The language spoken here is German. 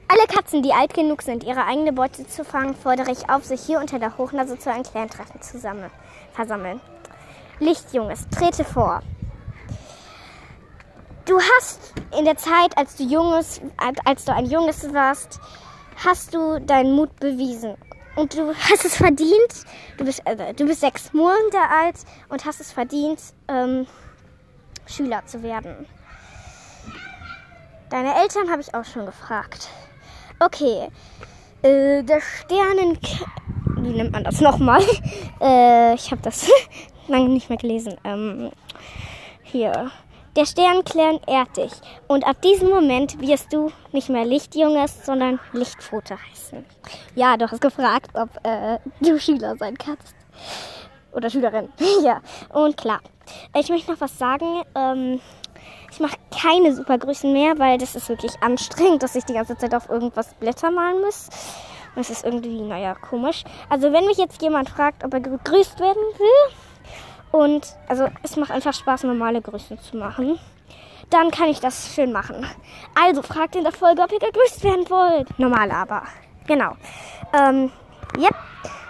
Alle Katzen, die alt genug sind, ihre eigene Beute zu fangen, fordere ich auf, sich hier unter der Hochnase zu einem Clan-Treffen versammeln. Lichtjunges, trete vor. Du hast in der Zeit, als du ein Junges warst, hast du deinen Mut bewiesen. Und du hast es verdient, du bist 6 Monate alt und hast es verdient, Schüler zu werden. Deine Eltern habe ich auch schon gefragt. Okay, der wie nennt man das nochmal? Ich habe das lange nicht mehr gelesen. Hier. Der Sternenclan ehrt dich. Und ab diesem Moment wirst du nicht mehr Lichtjunges, sondern Lichtpfote heißen. Ja, du hast gefragt, ob du Schüler sein kannst. Oder Schülerin. Ja, und klar. Ich möchte noch was sagen. Ich mache keine Supergrüßen mehr, weil das ist wirklich anstrengend, dass ich die ganze Zeit auf irgendwas Blätter malen muss. Das ist irgendwie, komisch. Also wenn mich jetzt jemand fragt, ob er gegrüßt werden will, und also es macht einfach Spaß, normale Grüße zu machen, dann kann ich das schön machen. Also fragt in der Folge, ob ihr gegrüßt werden wollt. Normal aber. Genau. Yep.